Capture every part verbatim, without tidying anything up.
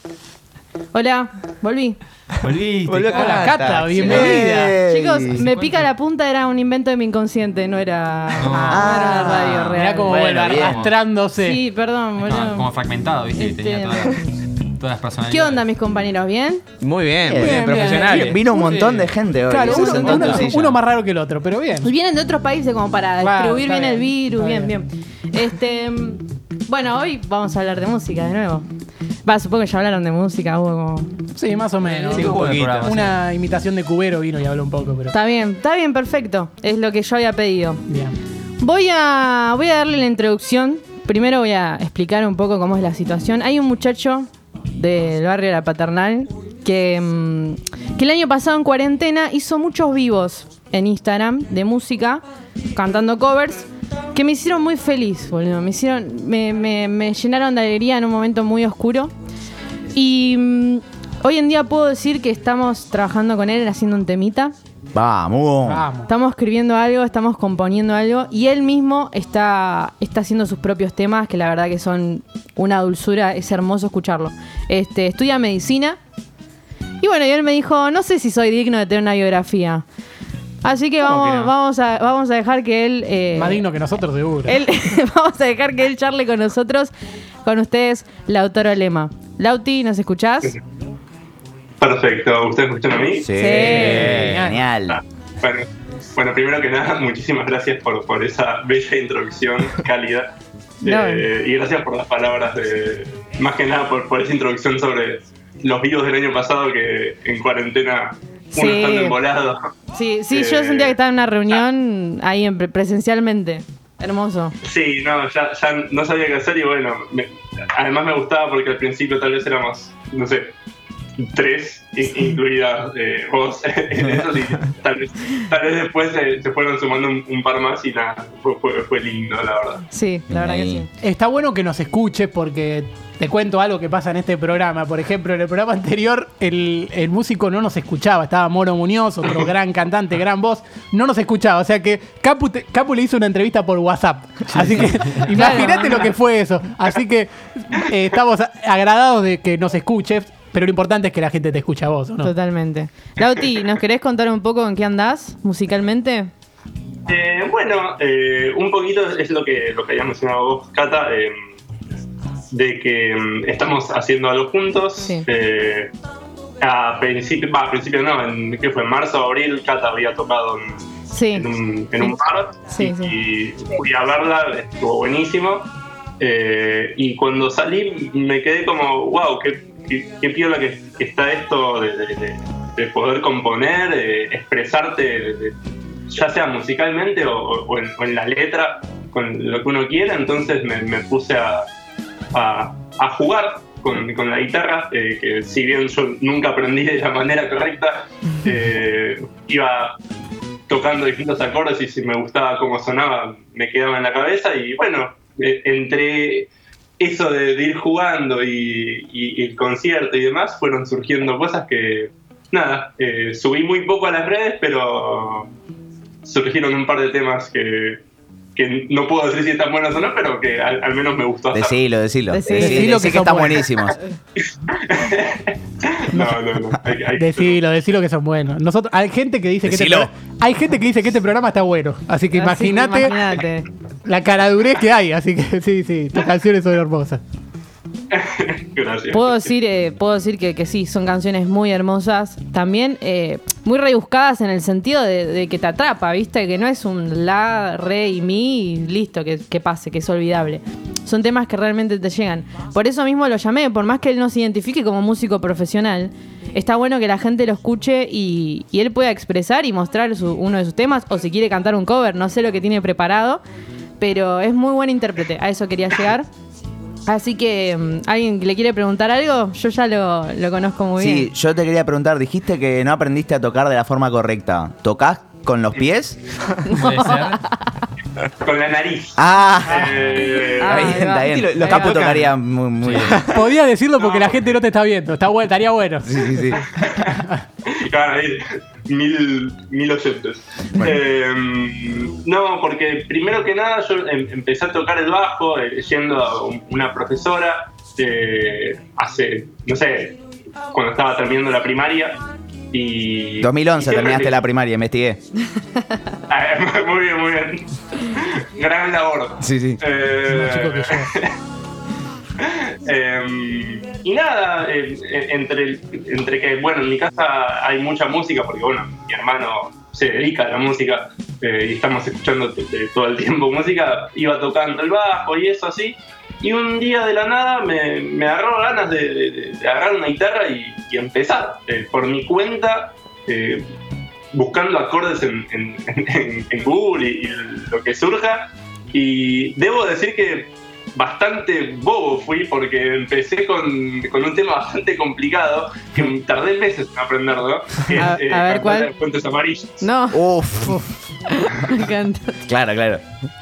Hola, volví. Volví. Volvió con la Cata, Cata, bienvenida. Chicos, me pica la punta, era un invento de mi inconsciente, no era, No. no era la radio real. Mirá cómo Bueno, vuelve bien. arrastrándose. Sí, perdón, Como, boludo. como fragmentado, ¿viste? Este, Tenía todas, todas las personalidades. ¿Qué onda, mis compañeros? ¿Bien? Muy bien, muy Bien, bien, bien. profesionales. Vino un montón de gente hoy. Claro, se uno, sentó en uno- tu silla. uno más raro que el otro, pero bien. Y vienen de otros países como para Claro, distribuir está bien el bien, virus, está bien, bien. Este, bueno, hoy vamos a hablar de música de nuevo. Va, supongo que ya hablaron de música, hubo como... Sí, más o menos. Sí, un poco de programa, sí. Una imitación de Cubero vino y habló un poco, pero. Está bien, está bien, perfecto. Es lo que yo había pedido. Bien. Voy a, voy a darle la introducción. Primero voy a explicar un poco cómo es la situación. Hay un muchacho del barrio de La Paternal que, mm, que el año pasado en cuarentena hizo muchos vivos en Instagram de música, cantando covers, que me hicieron muy feliz, boludo. Me hicieron, me, me, me llenaron de alegría en un momento muy oscuro. Y mm, hoy en día puedo decir que estamos trabajando con él haciendo un temita. Vamos. Vamos. Estamos escribiendo algo, estamos componiendo algo y él mismo está, está haciendo sus propios temas que la verdad que son una dulzura, es hermoso escucharlo. Este, estudia medicina y bueno, y él me dijo, no sé si soy digno de tener una biografía. Así que ¿Cómo vamos, que no? vamos, a, vamos a dejar que él... eh, Más digno que nosotros, seguro. él vamos a dejar que él charle con nosotros, con ustedes, Lautaro Lema. Lauti, ¿nos escuchás? Perfecto, ¿ustedes me escuchan a mí? Sí. Genial. Genial. Ah, bueno, bueno, primero que nada, muchísimas gracias por, por esa bella introducción cálida. No. Eh, y gracias por las palabras de. Más que nada por, por esa introducción sobre los vivos del año pasado que en cuarentena uno Sí. estando embolado. Sí, sí, Eh, yo sentía que estaba en una reunión ahí en pre- presencialmente. Hermoso. Sí, no, ya, ya no sabía qué hacer y bueno, me- además me gustaba porque al principio tal vez éramos, no sé, tres, i- incluida eh, vos en eso, y tal vez, tal vez después se, se fueron sumando un, un par más y nada, fue, fue, fue lindo, la verdad. Sí, la verdad que sí. Está bueno que nos escuches porque te cuento algo que pasa en este programa. Por ejemplo, en el programa anterior el, el músico no nos escuchaba. Estaba Moro Muñoz, otro gran cantante, gran voz. No nos escuchaba. O sea que Capu, te- Capu le hizo una entrevista por WhatsApp. Así que imagínate lo que fue eso. Así que eh, estamos a- agradados de que nos escuches. Pero lo importante es que la gente te escuche a vos, ¿o no? Totalmente. Lauti, ¿nos querés contar un poco en qué andás musicalmente? Eh, bueno, eh, un poquito es lo que, lo que habías mencionado vos, Cata, eh, de que mm, estamos haciendo algo juntos. Sí. Eh, a principio, va, a principio no, en, ¿qué fue? En marzo o abril, Cata había tocado en, Sí. en un, en un bar Sí, y, sí. y fui a verla, estuvo buenísimo. Eh, y cuando salí me quedé como, wow, qué, qué, qué piola que, que está esto de, de- de- de poder componer, de expresarte, de- de- ya sea musicalmente o, o en, o en la letra, con lo que uno quiera. Entonces me, me puse a, a, a jugar con, con la guitarra, eh, que si bien yo nunca aprendí de la manera correcta, eh, iba tocando distintos acordes y si me gustaba cómo sonaba me quedaba en la cabeza y bueno, eh, entre eso de, de ir jugando y, y- y el concierto y demás fueron surgiendo cosas que nada, eh, subí muy poco a las redes pero surgieron un par de temas que, que no puedo decir si están buenos o no, pero que al, al menos me gustó hacer. Decilo, decilo. Decilo. Decí- Decilo decí que que son están buenos. buenísimos. No, no, no. Hay, hay- Decilo, decilo que son buenos. Nosotros, hay gente que dice que este Decilo. programa, hay gente que dice que este programa está bueno. Así que Así que imagínate imagínate. la caradurez que hay. Así que sí, sí, tus canciones son hermosas. Gracias. Puedo decir, eh, puedo decir que, que sí, son canciones muy hermosas. También eh, muy rebuscadas en el sentido de, de que te atrapa, ¿viste? Que no es un la, re y mi y listo, que, que pase, que es olvidable. Son temas que realmente te llegan. Por eso mismo lo llamé, por más que él no se identifique como músico profesional. Está bueno que la gente lo escuche y, y él pueda expresar y mostrar su- uno de sus temas. O si quiere cantar un cover, no sé lo que tiene preparado. Pero es muy buen intérprete, a eso quería llegar. Así que, mm, ¿alguien le quiere preguntar algo? Yo ya lo, lo conozco muy Sí, bien. yo te quería preguntar, dijiste que no aprendiste a tocar de la forma correcta. ¿Tocás con los pies? Puede ser. Con la nariz. Ah, Eh, Ah, está bien, ahí va. está bien. Los Los capos capos tocarían muy, muy bien. Podía decirlo porque la gente no te está viendo. Está bueno, estaría bueno. Sí, sí, sí. Claro, ahí, mil, mil oyentes. Eh, no, porque primero que nada yo em- empecé a tocar el bajo eh, yendo a un- una profesora eh, hace, no sé, cuando estaba terminando la primaria. Y, dos mil once y terminaste que... la primaria, investigué. Ah, muy bien, muy bien. Gran labor. Sí, sí. Eh, Más chico que yo. eh, y nada, eh, entre, entre que, bueno, en mi casa hay mucha música, porque, bueno, mi hermano se dedica a la música eh, y estamos escuchando t- t- todo el tiempo música, iba tocando el bajo y eso así. Y un día de la nada me, me agarró ganas de, de, de agarrar una guitarra y, y empezar eh, por mi cuenta, eh, buscando acordes en, en, en, en Google y, y lo que surja. Y debo decir que bastante bobo fui porque empecé con, con un tema bastante complicado que tardé meses en aprenderlo. Que A- es, eh, a ver, cantar ¿cuál? de Puentes Amarillos. No, Uf, me encanta. claro, claro.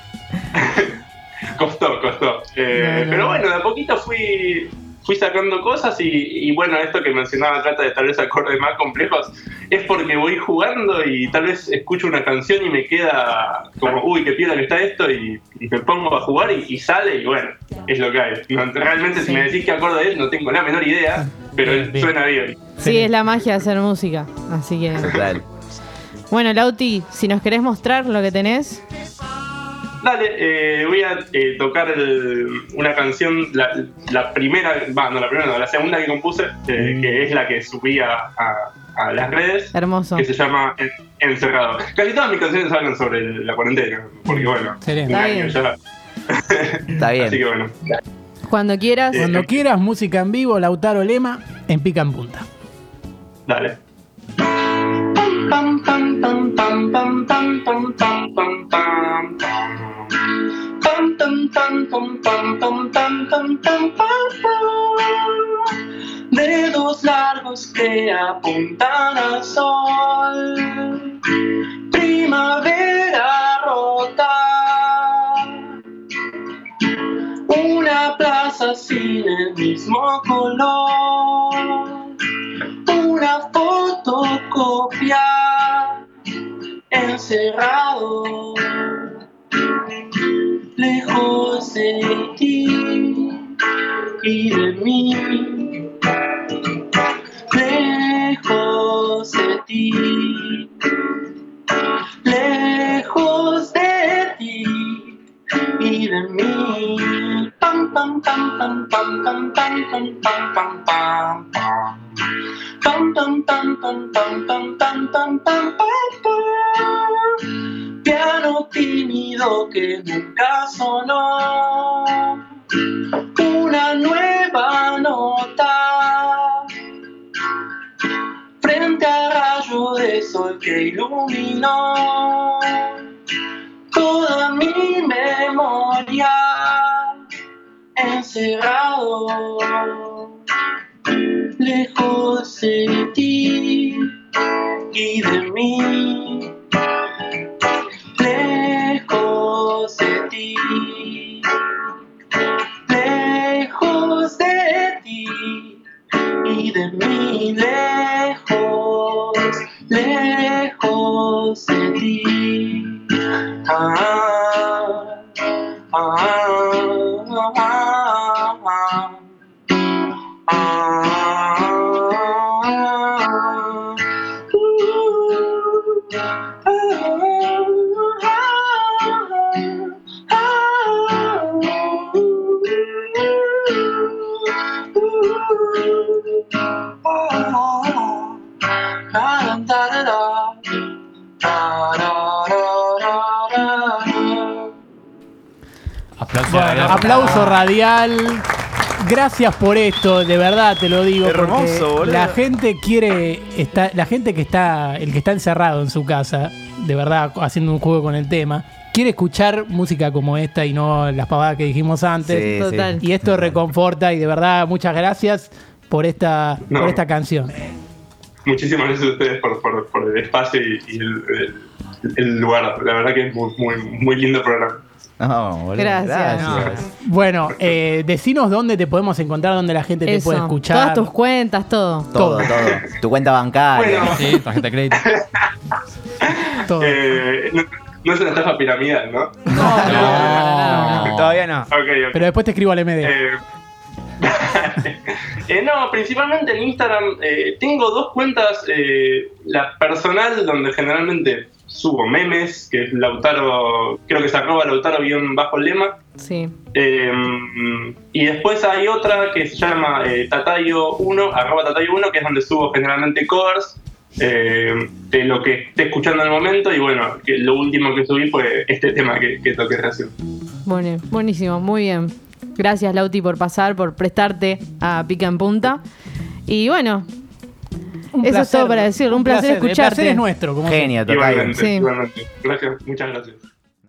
Costó, costó. Eh, No, no, pero no. bueno, de a poquito fui, fui sacando cosas y, y bueno, esto que mencionaba trata de tal vez acordes más complejos, es porque voy jugando y tal vez escucho una canción y me queda como, uy, qué piola que está esto, y, y me pongo a jugar y, y sale y bueno, es lo que hay. No, realmente si me decís qué acorde es, no tengo la menor idea, pero Bien, bien. suena bien. Sí, es la magia de hacer música. Así que. Total. Bueno, Lauti, si nos querés mostrar lo que tenés. Dale, eh, voy a eh, tocar el- una canción, la, la primera, va, no la primera, no, la segunda que compuse, eh, que es la que subí a, a- a las redes, Hermoso. que se llama En- Encerrado. Casi todas mis canciones hablan sobre la cuarentena, porque bueno, Excelente. un Está año bien. ya. Está bien. Así que bueno, Cuando quieras. Eh, Cuando quieras, música en vivo, Lautaro Lema, en Pica en Punta. dale. Pam, pam, pam, pam, pam, pam, pam, pam, pam, pam. Pam, pam, pam, pam, pam, pam, pam, pam, pam, pam. Dedos largos que apuntan al sol. Primavera rota. Una plaza sin el mismo color. Una fotocopia encerrado lejos de ti y de mí, lejos de ti, lejos de ti y de mí. Pam pam pam pam pam pam pam pam pam pam pam pam. Pam pam pam pam pam pam pam pam pam pam. Piano tímido que nunca sonó. Una nueva nota. Frente al rayo de sol que iluminó toda mi memoria. Encerrado lejos de ti y de mí, lejos de ti, lejos de ti y de mí, lejos, lejos de ti. Ah, ah, ah, ah, ah. Aplauso. Bueno, radial. aplauso radial. Gracias por esto, de verdad te lo digo. Hermoso, porque boludo. la gente quiere, está, la gente que está, el que está encerrado en su casa, de verdad, haciendo un juego con el tema, quiere escuchar música como esta y no las pavadas que dijimos antes. Sí, Total. sí. Y esto reconforta y de verdad muchas gracias por esta, No. por esta canción. Muchísimas gracias a ustedes por, por, por el espacio y, y el, el- el lugar. La verdad que es muy, muy, muy lindo programa. No, boludo, Gracias. Bueno, eh, decinos dónde te podemos encontrar, dónde la gente te Eso. puede escuchar. Todas tus cuentas, todo. Todo, todo. Tu cuenta bancaria. Bueno. Sí, tarjeta de crédito. todo. Eh, no, no es una estafa piramidal, ¿no? No, no, no, no, no. Todavía no. Ok, ok. Pero después te escribo al M D. Eh, eh, no, principalmente en Instagram eh, tengo dos cuentas, eh, la personal donde generalmente subo memes, que es Lautaro, creo que es arroba Lautaro guión bajo lema. Sí. Eh, y después hay otra que se llama eh, Tatayo uno, arroba Tatayo uno, que es donde subo generalmente covers eh, de lo que esté escuchando en el momento. Y bueno, que lo último que subí fue este tema que, que toqué recién. Bueno, buenísimo, muy bien. Gracias, Lauti, por pasar, por prestarte a Pica en Punta. Y bueno, Un eso placer, es todo para decir. Un placer, El escucharte. placer es nuestro, como Genia, total. Igualmente, Sí. igualmente. Gracias, muchas gracias.